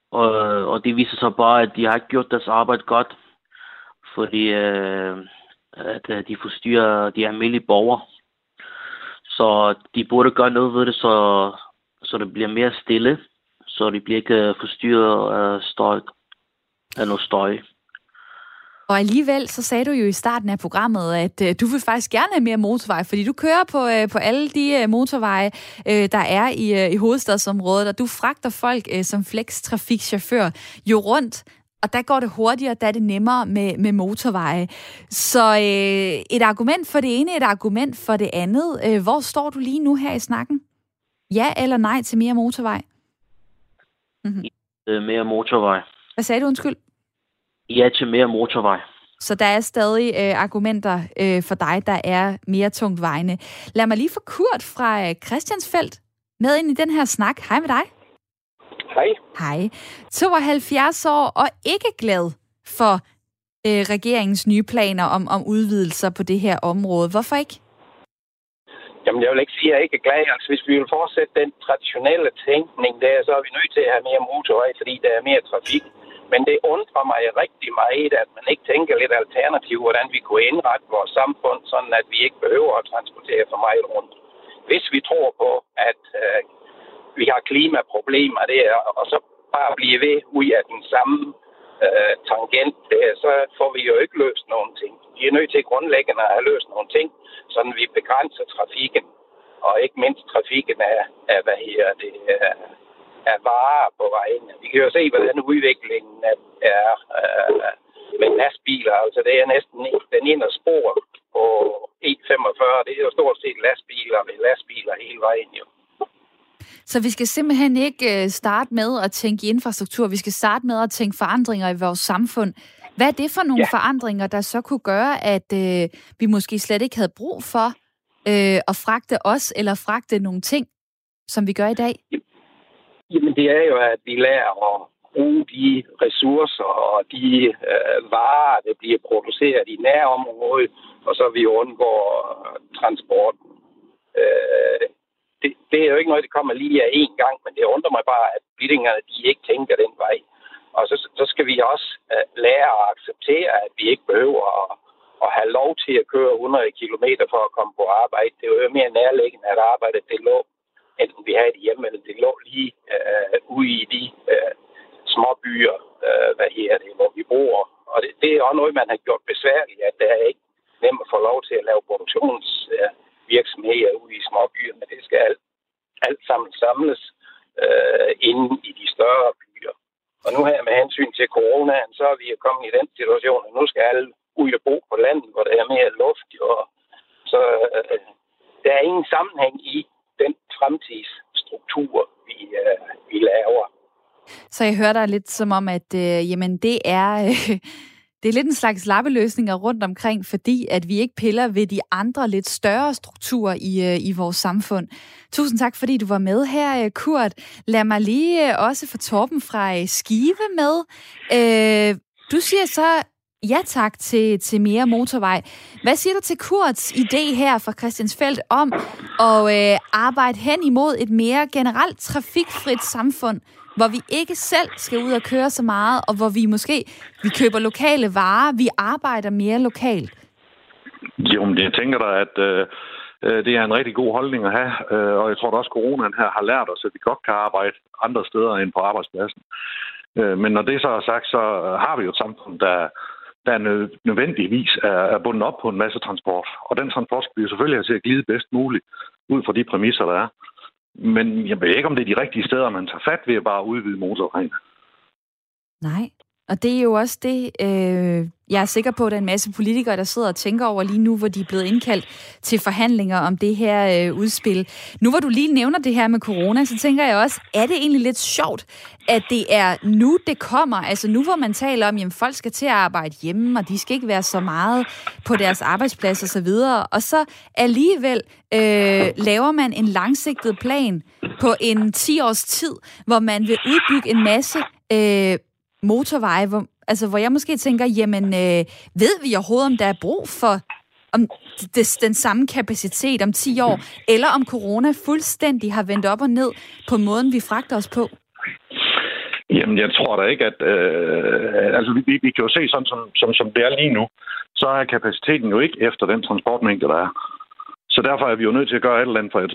Og det viser sig bare, at de har ikke gjort deres arbejde godt. Fordi at de forstyrrer de almindelige borgere. Så de burde gøre noget ved det, så det bliver mere stille, så de bliver ikke forstyrret af noget støj. Og alligevel, så sagde du jo i starten af programmet, at du vil faktisk gerne have mere motorvej, fordi du kører på alle de motorveje, der er i hovedstadsområdet, og du fragter folk som flextrafikchauffør jo rundt, og der går det hurtigere, der er det nemmere med motorveje. Så et argument for det ene, et argument for det andet. Hvor står du lige nu her i snakken? Ja eller nej til mere motorvej? Mm-hmm. Mere motorvej. Hvad sagde du, undskyld? Ja til mere motorvej. Så der er stadig argumenter for dig, der er mere tungt vejende. Lad mig lige få Kurt fra Christiansfeld med ind i den her snak. Hej med dig. Hej. Hej. 72 år og ikke glad for regeringens nye planer om udvidelser på det her område. Hvorfor ikke? Jamen, jeg vil ikke sige, at jeg ikke er glad. Altså, hvis vi vil fortsætte den traditionelle tænkning der, så er vi nødt til at have mere motorvej, fordi der er mere trafik. Men det undrer mig rigtig meget, at man ikke tænker lidt alternativ, hvordan vi kunne indrette vores samfund, sådan at vi ikke behøver at transportere for meget rundt. Hvis vi tror på, at vi har klimaproblemer der, og så bare blive ved ud af den samme tangent der, så får vi jo ikke løst nogen ting. Vi er nødt til grundlæggende at have løst nogle ting, sådan vi begrænser trafikken, og ikke mindst trafikken af varer på vejen. Vi kan jo se, hvordan udviklingen er med lastbiler. Altså det er næsten den ene spor på E45. Det er jo stort set lastbiler hele vejen jo. Så vi skal simpelthen ikke starte med at tænke infrastruktur. Vi skal starte med at tænke forandringer i vores samfund. Hvad er det for nogle forandringer, der så kunne gøre, at vi måske slet ikke havde brug for at fragte os eller fragte nogle ting, som vi gør i dag? Jamen det er jo, at vi lærer at bruge de ressourcer og de varer, der bliver produceret i nærområdet, og så vi undgår transporten. Det er jo ikke noget, der kommer lige af én gang, men det undrer mig bare, at politikerne de ikke tænker den vej. Og så skal vi også lære at acceptere, at vi ikke behøver at have lov til at køre 100 km for at komme på arbejde. Det er jo mere nærliggende, at arbejdet det lå, enten vi havde det hjemme, eller det lå lige ude i de små byer, hvor vi bor. Og det er også noget, man har gjort besværligt, at det er ikke nemt at få lov til at lave produktionsvirksomheder ude i små byer, men det skal alt sammen samles inde i de større byer. Og nu her med hensyn til coronaen, så er vi kommet i den situation, at nu skal alle ud og bo på landet, hvor der er mere luft. Og så der er ingen sammenhæng i den fremtidsstruktur, vi laver. Så jeg hører dig lidt som om, at jamen det er... Det er lidt en slags lappeløsninger rundt omkring, fordi at vi ikke piller ved de andre lidt større strukturer i vores samfund. Tusind tak, fordi du var med her, Kurt. Lad mig lige også få Torben fra Skive med. Du siger så ja tak til mere motorvej. Hvad siger du til Kurts idé her fra Christiansfeld om at arbejde hen imod et mere generelt trafikfrit samfund, hvor vi ikke selv skal ud og køre så meget, og hvor vi køber lokale varer, vi arbejder mere lokalt? Jo, men jeg tænker da, at det er en rigtig god holdning at have, og jeg tror da også, at coronaen her har lært os, at vi godt kan arbejde andre steder end på arbejdspladsen. Men når det så er sagt, så har vi jo et samfund, der nødvendigvis er bundet op på en masse transport. Og den transport skal vi jo selvfølgelig have til at glide bedst muligt, ud fra de præmisser, der er. Men jeg ved ikke, om det er de rigtige steder, man tager fat ved at bare udvide motorvejen. Nej, og det er jo også det, jeg er sikker på, at der er en masse politikere, der sidder og tænker over lige nu, hvor de er blevet indkaldt til forhandlinger om det her udspil. Nu hvor du lige nævner det her med corona, så tænker jeg også, er det egentlig lidt sjovt, at det er nu, det kommer? Altså nu, hvor man taler om, at folk skal til at arbejde hjemme, og de skal ikke være så meget på deres arbejdsplads og så videre, og så alligevel laver man en langsigtet plan på en 10 års tid, hvor man vil udbygge en masse motorveje, hvor jeg måske tænker, jamen, ved vi overhovedet, om der er brug for den samme kapacitet om 10 år, eller om corona fuldstændig har vendt op og ned på måden, vi fragter os på? Jamen, jeg tror da ikke, at... vi kan jo se sådan, som det er lige nu, så er kapaciteten jo ikke efter den transportmængde, der er. Så derfor er vi jo nødt til at gøre et eller andet for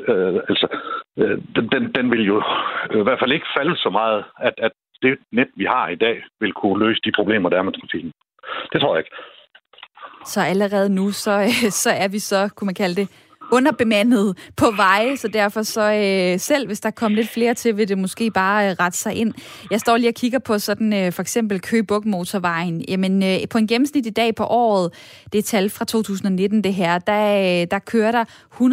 den vil jo i hvert fald ikke falde så meget, at det net, vi har i dag, vil kunne løse de problemer, der er med trafikken. Det tror jeg ikke. Så allerede nu, så er vi så, kunne man kalde det, underbemandet på veje, så derfor så selv hvis der kommer lidt flere til, vil det måske bare rette sig ind. Jeg står lige og kigger på sådan for eksempel Køge Bugt motorvejen. Jamen på en gennemsnitlig dag på året, det er tal fra 2019 det her, der kører der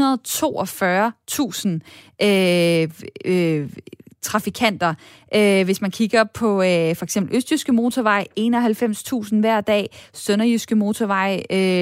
142.000 trafikanter. Hvis man kigger på for eksempel Østjyske Motorvej, 91.000 hver dag, Sønderjyske Motorvej,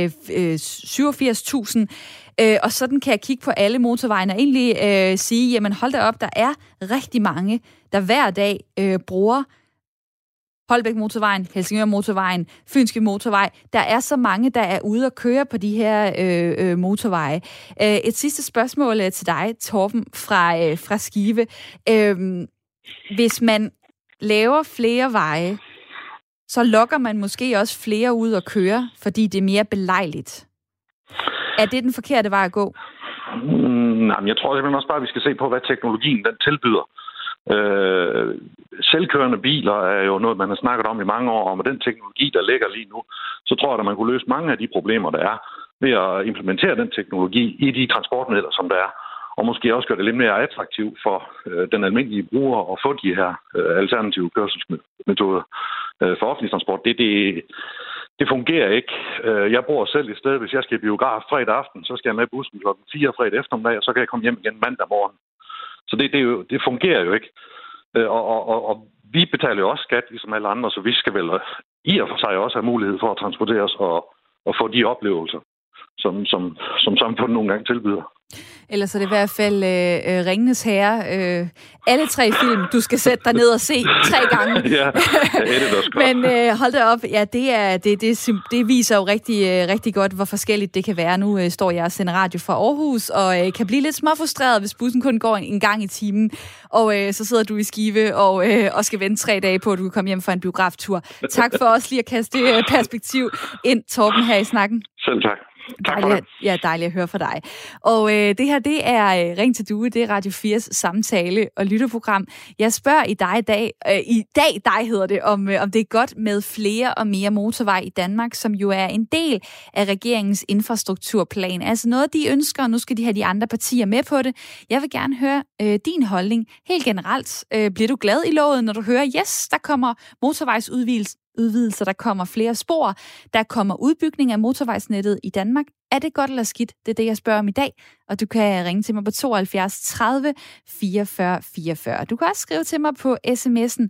87.000. Og sådan kan jeg kigge på alle motorvejene og egentlig sige, jamen hold da op, der er rigtig mange, der hver dag bruger Holbæk Motorvejen, Helsingør Motorvejen, Fynske Motorvej. Der er så mange, der er ude og køre på de her motorveje. Et sidste spørgsmål til dig, Torben, fra Skive. Hvis man laver flere veje, så lokker man måske også flere ud og køre, fordi det er mere belejligt. Er det den forkerte vej at gå? Nej, men jeg tror simpelthen også bare, at vi skal se på, hvad teknologien den tilbyder. Selvkørende biler er jo noget, man har snakket om i mange år, og med den teknologi, der ligger lige nu, så tror jeg, at man kunne løse mange af de problemer, der er, ved at implementere den teknologi i de transportmidler, som der er, og måske også gøre det lidt mere attraktivt for den almindelige bruger at få de her alternative kørselsmetoder for offentlig transport. Det fungerer ikke. Jeg bor selv et sted, hvis jeg skal i biograf fredag aften, så skal jeg med bussen kl. 4 fredag eftermiddag, og så kan jeg komme hjem igen mandag morgen. Så det fungerer jo ikke. Og vi betaler jo også skat, ligesom alle andre, så vi skal vel i og for sig også have mulighed for at transportere os og få de oplevelser, som samfundet nogle gange tilbyder. Ellers er det i hvert fald Ringenes Herre. Alle 3 film, du skal sætte dig ned og se 3 gange. Ja, det er også godt. Men hold da op, ja, det viser jo rigtig godt, hvor forskelligt det kan være. Nu står jeg og sender radio fra Aarhus, og kan blive lidt småfrustreret, hvis bussen kun går en gang i timen. Og så sidder du i Skive og skal vente 3 dage på, at du kan komme hjem fra en biograftur. Tak for også lige at kaste det perspektiv ind, Torben, her i snakken. Selv tak. Dejligt at høre fra dig. Og det her, det er Ring til Due, det er Radio 4's samtale- og lytterprogram. Jeg spørger i dag hedder det, om det er godt med flere og mere motorvej i Danmark, som jo er en del af regeringens infrastrukturplan. Altså noget, de ønsker, og nu skal de have de andre partier med på det. Jeg vil gerne høre din holdning. Helt generelt, bliver du glad i låget, når du hører, yes, der kommer motorvejsudvidelser, der kommer flere spor, der kommer udbygning af motorvejsnettet i Danmark. Er det godt eller skidt? Det er det, jeg spørger om i dag, og du kan ringe til mig på 72 30 44 44. Du kan også skrive til mig på sms'en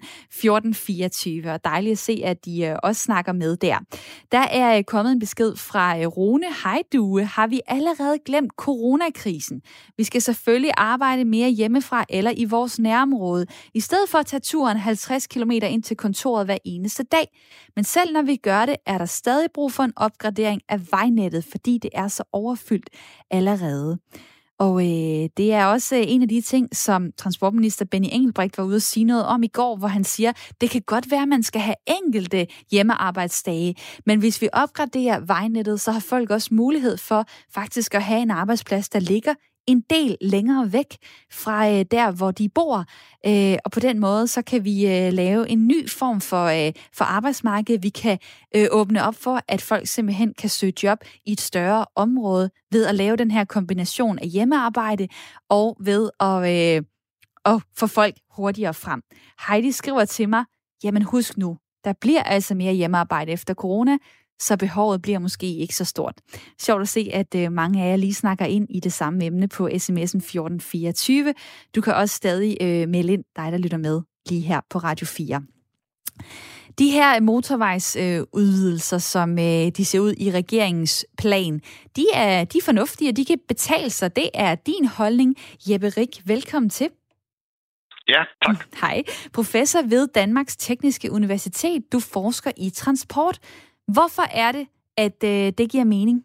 1424, og dejligt at se, at de også snakker med der. Der er kommet en besked fra Rune. Hej Due, har vi allerede glemt coronakrisen? Vi skal selvfølgelig arbejde mere hjemmefra eller i vores nærområde, i stedet for at tage turen 50 km ind til kontoret hver eneste dag. Men selv når vi gør det, er der stadig brug for en opgradering af vejnettet, fordi det er så overfyldt allerede. Og det er også en af de ting, som transportminister Benny Engelbrecht var ude at sige noget om i går, hvor han siger, det kan godt være, at man skal have enkelte hjemmearbejdsdage, men hvis vi opgraderer vejnettet, så har folk også mulighed for faktisk at have en arbejdsplads, der ligger en del længere væk fra der, hvor de bor. Og på den måde, så kan vi lave en ny form for arbejdsmarked. Vi kan åbne op for, at folk simpelthen kan søge job i et større område ved at lave den her kombination af hjemmearbejde og ved at få folk hurtigere frem. Heidi skriver til mig, jamen husk nu, der bliver altså mere hjemmearbejde efter corona, så behovet bliver måske ikke så stort. Sjovt at se, at mange af jer lige snakker ind i det samme emne på sms'en 1424. Du kan også stadig melde ind, dig der lytter med lige her på Radio 4. De her motorvejsudvidelser, som de ser ud i regeringens plan, de er fornuftige, og de kan betale sig. Det er din holdning. Jeppe Rik, velkommen til. Ja, tak. Hej. Professor ved Danmarks Tekniske Universitet. Du forsker i transport. Hvorfor er det, at det giver mening?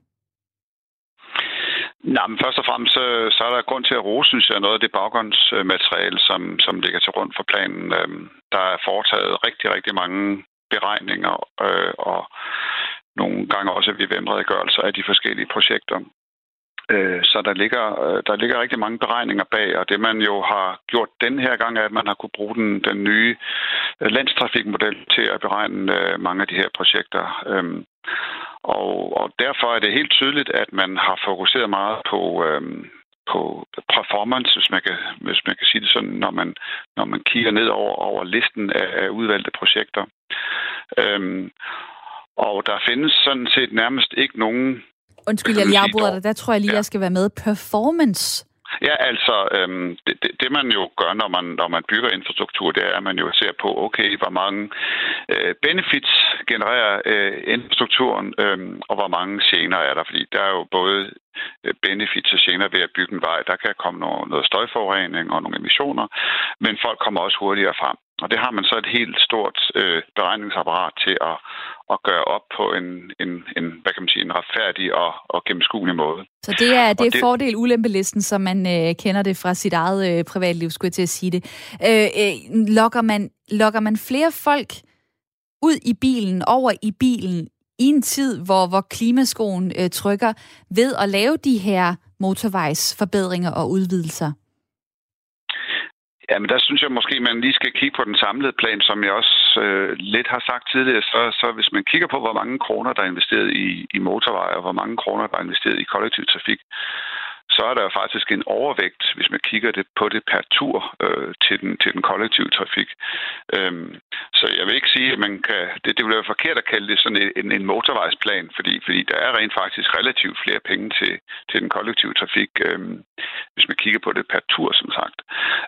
Nej, men først og fremmest så er der grund til at rose, synes jeg, noget af det baggrundsmateriale, som ligger til grund for planen. Der er foretaget rigtig, rigtig mange beregninger og nogle gange også VVM-redegørelser af de forskellige projekter. Så der ligger rigtig mange beregninger bag, og det man jo har gjort den her gang, er, at man har kunne bruge den nye landstrafikmodel til at beregne mange af de her projekter. Og derfor er det helt tydeligt, at man har fokuseret meget på performance, hvis man kan sige det sådan, når man kigger ned over listen af udvalgte projekter. Og der findes sådan set nærmest ikke nogen... Undskyld, jeg afbryder dig. Der tror jeg lige, jeg skal være med. Performance. Ja, altså, det man jo gør, når man bygger infrastruktur, det er, at man jo ser på, okay, hvor mange benefits genererer infrastrukturen, og hvor mange gener er der. Fordi der er jo både benefits og gener ved at bygge en vej. Der kan komme noget støjforurening og nogle emissioner, men folk kommer også hurtigere frem. Og det har man så et helt stort beregningsapparat til at gøre op på en hvad kan man sige, en retfærdig og gennemskuelig måde. Så det er fordel-ulempelisten, som man kender det fra sit eget privatliv, skulle jeg til at sige det. Lokker man flere folk ud i bilen, over i bilen, i en tid, hvor klimaskoen trykker, ved at lave de her motorvejsforbedringer og udvidelser? Ja, men der synes jeg måske, man lige skal kigge på den samlede plan, som jeg også lidt har sagt tidligere. Så hvis man kigger på, hvor mange kroner, der er investeret i motorveje, og hvor mange kroner, der er investeret i kollektiv trafik, så er der jo faktisk en overvægt, hvis man kigger det på det per tur til den kollektive trafik. Så jeg vil ikke sige, at man kan... Det vil være forkert at kalde det sådan en motorvejsplan, fordi der er rent faktisk relativt flere penge til den kollektive trafik, hvis man kigger på det per tur, som sagt.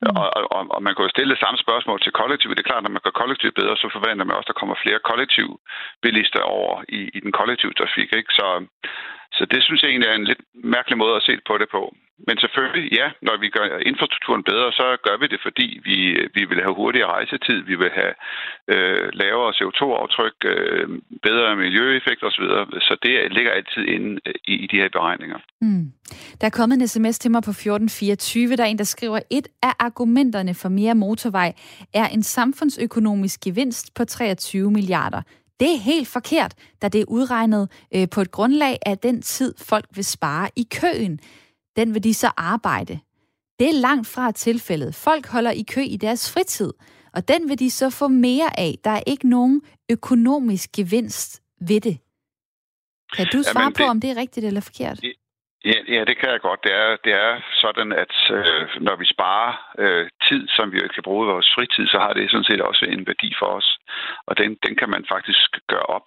Og man kan jo stille det samme spørgsmål til kollektiv. Det er klart, at når man gør kollektiv bedre, så forventer man også, at der kommer flere kollektivbilister over i den kollektive trafik, ikke? Så det synes jeg egentlig er en lidt mærkelig måde at se på det på. Men selvfølgelig, ja, når vi gør infrastrukturen bedre, så gør vi det, fordi vi vil have hurtigere rejsetid, vi vil have lavere CO2-aftryk, bedre miljøeffekt osv. Så det ligger altid inde i de her beregninger. Der er kommet en sms til mig på 1424, der er en, der skriver, et af argumenterne for mere motorvej er en samfundsøkonomisk gevinst på 23 milliarder. Det er helt forkert, da det er udregnet på et grundlag af den tid, folk vil spare i køen. Den vil de så arbejde. Det er langt fra tilfældet. Folk holder i kø i deres fritid, og den vil de så få mere af. Der er ikke nogen økonomisk gevinst ved det. Kan du svare på, om det er rigtigt eller forkert? Ja, det kan jeg godt. Det er sådan, at når vi sparer tid, som vi kan bruge i vores fritid, så har det sådan set også en værdi for os. Og den kan man faktisk gøre op.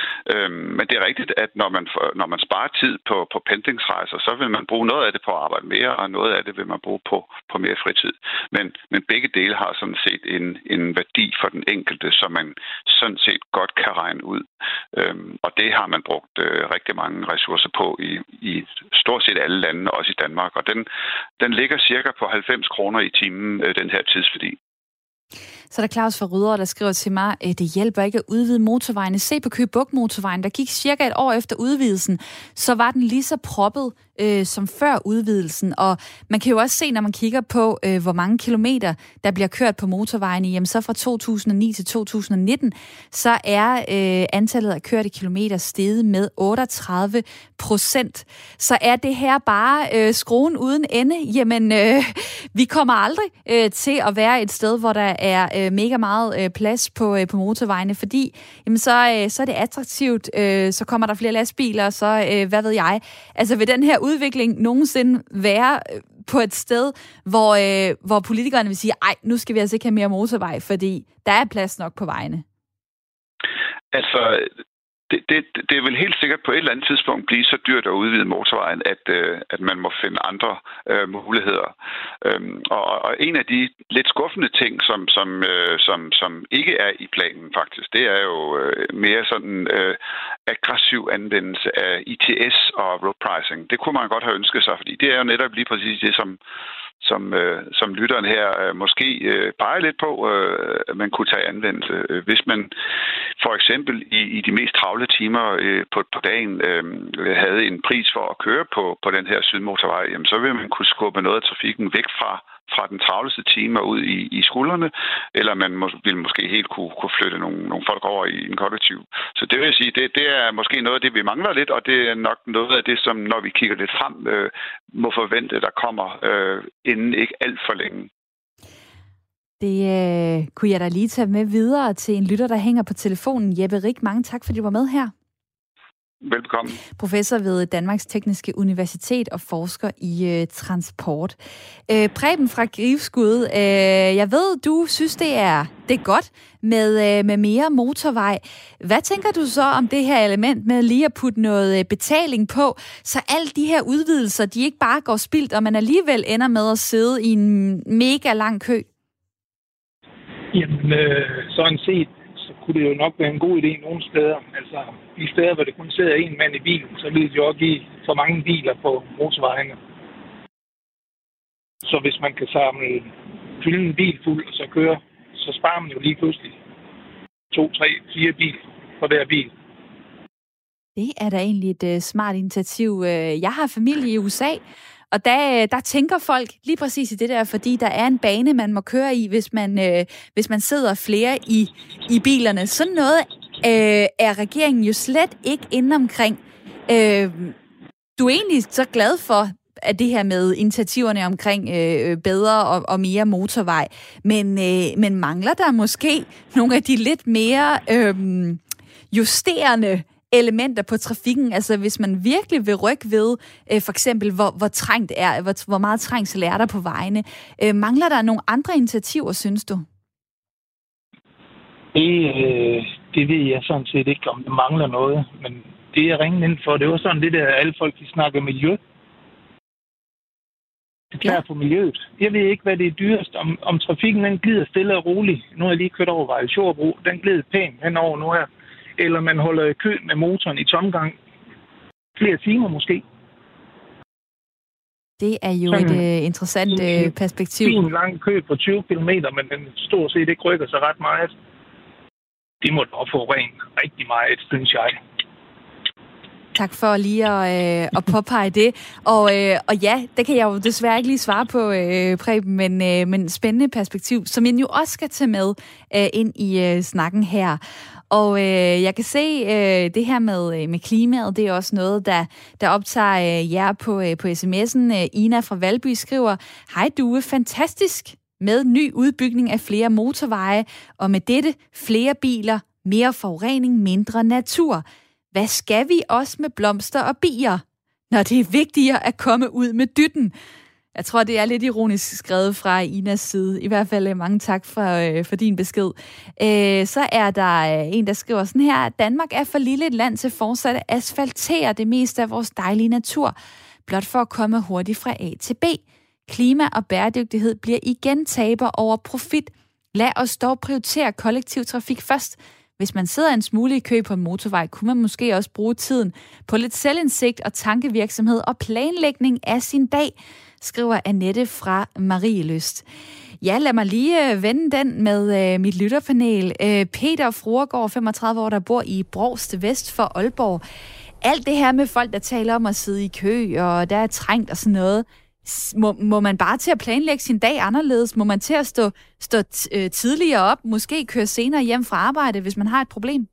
Men det er rigtigt, at når man sparer tid på pendlingsrejser, så vil man bruge noget af det på at arbejde mere, og noget af det vil man bruge på mere fritid. Men begge dele har sådan set en værdi for den enkelte, som man sådan set godt kan regne ud. Og det har man brugt rigtig mange ressourcer på i stort set alle lande, også i Danmark. Og den ligger cirka på 90 kroner i timen, den her tidsværdi. Så er der Claus fra Rødovre, der skriver til mig, det hjælper ikke at udvide motorvejene. Se på Køge Bugt motorvejen, der gik cirka et år efter udvidelsen, så var den lige så proppet som før udvidelsen. Og man kan jo også se, når man kigger på, hvor mange kilometer, der bliver kørt på motorvejene, jamen så fra 2009 til 2019, så er antallet af kørte kilometer steget med 38%. Så er det her bare skruen uden ende? Jamen, vi kommer aldrig til at være et sted, hvor der er mega meget plads på motorvejene, fordi jamen, så er det attraktivt, så kommer der flere lastbiler, så hvad ved jeg. Altså vil den her udvikling nogensinde være på et sted, hvor politikerne vil sige, ej, nu skal vi altså ikke have mere motorvej, fordi der er plads nok på vejene? Altså, det vil helt sikkert på et eller andet tidspunkt blive så dyrt at udvide motorvejen, at man må finde andre muligheder. Og en af de lidt skuffende ting, som ikke er i planen faktisk, det er jo mere sådan aggressiv anvendelse af ITS og road pricing. Det kunne man godt have ønsket sig, fordi det er jo netop lige præcis det, som lytteren her måske peger lidt på, at man kunne tage anvendelse. Hvis man for eksempel i de mest travle timer på dagen havde en pris for at køre på den her sydmotorvej, jamen, så vil man kunne skubbe noget af trafikken væk fra den travleste time og ud i skuldrene, eller man vil måske helt kunne flytte nogle folk over i en kollektiv. Så det vil jeg sige, det er måske noget af det, vi mangler lidt, og det er nok noget af det, som når vi kigger lidt frem, må forvente, der kommer inden ikke alt for længe. Det kunne jeg da lige tage med videre til en lytter, der hænger på telefonen. Jeppe Rik, mange tak, fordi du var med her. Velbekomme. Professor ved Danmarks Tekniske Universitet og forsker i transport. Preben fra Gribskud, jeg ved, du synes, det er godt med mere motorvej. Hvad tænker du så om det her element med lige at putte noget betaling på, så alle de her udvidelser, de ikke bare går spildt, og man alligevel ender med at sidde i en mega lang kø? Jamen, sådan set, så kunne det jo nok være en god idé nogle steder. Altså, de steder, hvor det kun sidder en mand i bilen, så vil det jo også give for mange biler på motorvejene. Så hvis man kan fylde en bil fuld og så køre, så sparer man jo lige pludselig 2, 3, 4 biler for hver bil. Det er da egentlig et smart initiativ. Jeg har familie i USA, og der tænker folk lige præcis i det der, fordi der er en bane, man må køre i, hvis man sidder flere i bilerne. Sådan noget er regeringen jo slet ikke inde omkring. Du er egentlig så glad for at det her med initiativerne omkring bedre og mere motorvej, men mangler der måske nogle af de lidt mere justerende elementer på trafikken, altså hvis man virkelig vil rykke ved, for eksempel hvor trængt hvor meget trængsel er der på vejene. Mangler der nogle andre initiativer, synes du? Det ved jeg sådan set ikke, om det mangler noget, men det jeg ringede ind for, det var sådan det der, alle folk de snakker miljø. Det tager på miljøet. Jeg ved ikke, hvad det er dyrest, om trafikken den glider stille og roligt. Nu har jeg lige kørt over Vejlefjordbro, den glider pænt henover nu her. Eller man holder i kø med motoren i tomgang. Flere timer måske. Det er jo et interessant perspektiv. En lang kø på 20 km, men den stort set ikke rykker sig ret meget. Det må da forurene rigtig meget, synes jeg. Tak for lige at påpege det. Og ja, det kan jeg jo desværre ikke lige svare på, Preben, men spændende perspektiv, som jeg jo også skal tage med ind i snakken her. Og jeg kan se det her med klimaet, det er også noget, der optager jer på sms'en. Ina fra Valby skriver, hej Due, fantastisk med ny udbygning af flere motorveje, og med dette flere biler, mere forurening, mindre natur. Hvad skal vi også med blomster og bier, når det er vigtigere at komme ud med dytten? Jeg tror, det er lidt ironisk skrevet fra Inas side. I hvert fald mange tak for din besked. Så er der en, der skriver sådan her, Danmark er for lille et land til fortsat at asfaltere det meste af vores dejlige natur, blot for at komme hurtigt fra A til B. Klima og bæredygtighed bliver igen taber over profit. Lad os dog prioritere kollektiv trafik først. Hvis man sidder en smule i kø på en motorvej, kunne man måske også bruge tiden på lidt selvindsigt og tankevirksomhed og planlægning af sin dag, skriver Annette fra Marielyst. Ja, lad mig lige vende den med mit lytterpanel. Peter Fruergaard, 35 år, der bor i Brovst vest for Aalborg. Alt det her med folk, der taler om at sidde i kø, og der er trængt og sådan noget. Må man bare til at planlægge sin dag anderledes? Må man til at stå tidligere op? Måske køre senere hjem fra arbejde, hvis man har et problem?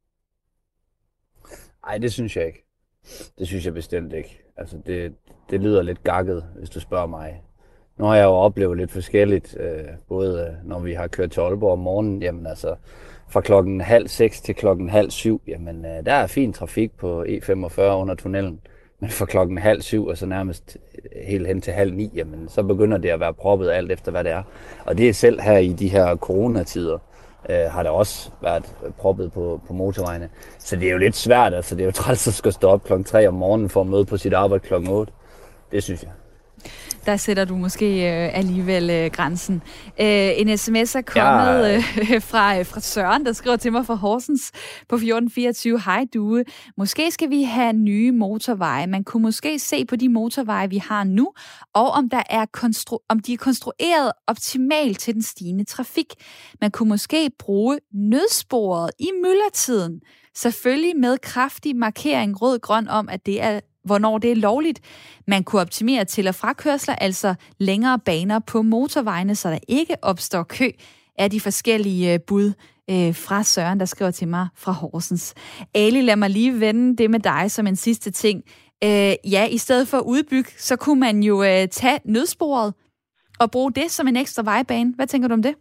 Nej, det synes jeg ikke. Det synes jeg bestemt ikke. Altså, det lyder lidt gakket, hvis du spørger mig. Nu har jeg jo oplevet lidt forskelligt, både når vi har kørt til Aalborg om morgenen, jamen altså fra 5:30 til 6:30, jamen der er fin trafik på E45 under tunnelen. Men fra 5:30 og så nærmest helt hen til 8:30, jamen så begynder det at være proppet alt efter, hvad det er. Og det er selv her i de her coronatider, har der også været proppet på motorvejene. Så det er jo lidt svært, altså det er jo træls at skal stå op 3 om morgenen for at møde på sit arbejde 8. Det synes jeg. Der sætter du måske alligevel grænsen. En sms er kommet fra Søren, der skriver til mig fra Horsens på 1424. Hej Due. Måske skal vi have nye motorveje. Man kunne måske se på de motorveje, vi har nu, og om de er konstrueret optimalt til den stigende trafik. Man kunne måske bruge nødsporet i myldretiden. Selvfølgelig med kraftig markering rød-grøn om, at det er hvornår det er lovligt. Man kunne optimere til- og frakørsler, altså længere baner på motorvejene, så der ikke opstår kø af de forskellige bud fra Søren, der skriver til mig fra Horsens. Ali, lad mig lige vende det med dig som en sidste ting. Ja, i stedet for at udbygge, så kunne man jo tage nødsporet og bruge det som en ekstra vejbane. Hvad tænker du om det?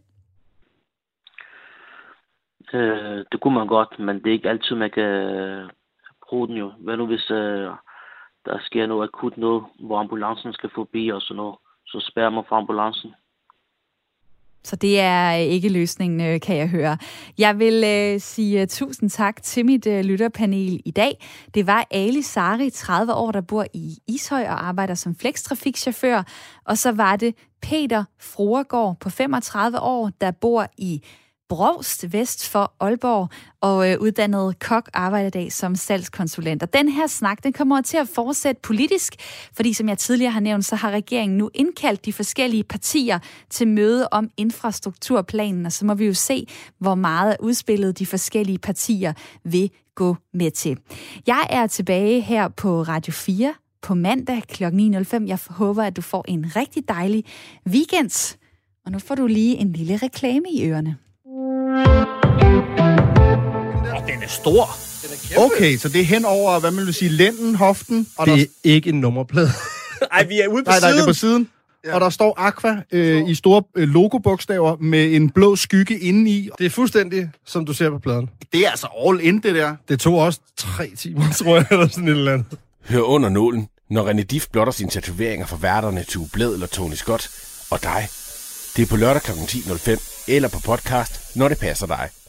Det kunne man godt, men det er ikke altid, man kan bruge den jo. Hvad nu hvis der sker noget akut noget, hvor ambulancen skal forbi og sådan noget, så spærrer man fra ambulancen. Så det er ikke løsningen, kan jeg høre. Jeg vil sige tusind tak til mit lytterpanel i dag. Det var Ali Sari, 30 år, der bor i Ishøj og arbejder som flextrafikchauffør. Og så var det Peter Fruergaard på 35 år, der bor i Brovst, vest for Aalborg, og uddannet kok, arbejder i dag som salgskonsulent. Og den her snak, den kommer til at fortsætte politisk, fordi som jeg tidligere har nævnt, så har regeringen nu indkaldt de forskellige partier til møde om infrastrukturplanen, og så må vi jo se, hvor meget udspillet de forskellige partier vil gå med til. Jeg er tilbage her på Radio 4 på mandag kl. 9.05. Jeg håber, at du får en rigtig dejlig weekend. Og nu får du lige en lille reklame i ørerne. Den er stor. Okay, så det er hen over, hvad man vil sige, lænden, hoften. Og det er ikke en nummerplade. Ej, vi er ude på siden. Nej, det er på siden. Ja. Og der står Aqua i store logobogstaver med en blå skygge indeni. Det er fuldstændig, som du ser på pladen. Det er altså all in, det der. Det tog også 3 timer, tror jeg, eller sådan et eller andet. Hør under nålen, når René Dif blotter sine tatoveringer for værterne Tue Blæd eller Tony Scott og dig. Det er på lørdag kl. 10.05 eller på podcast, når det passer dig.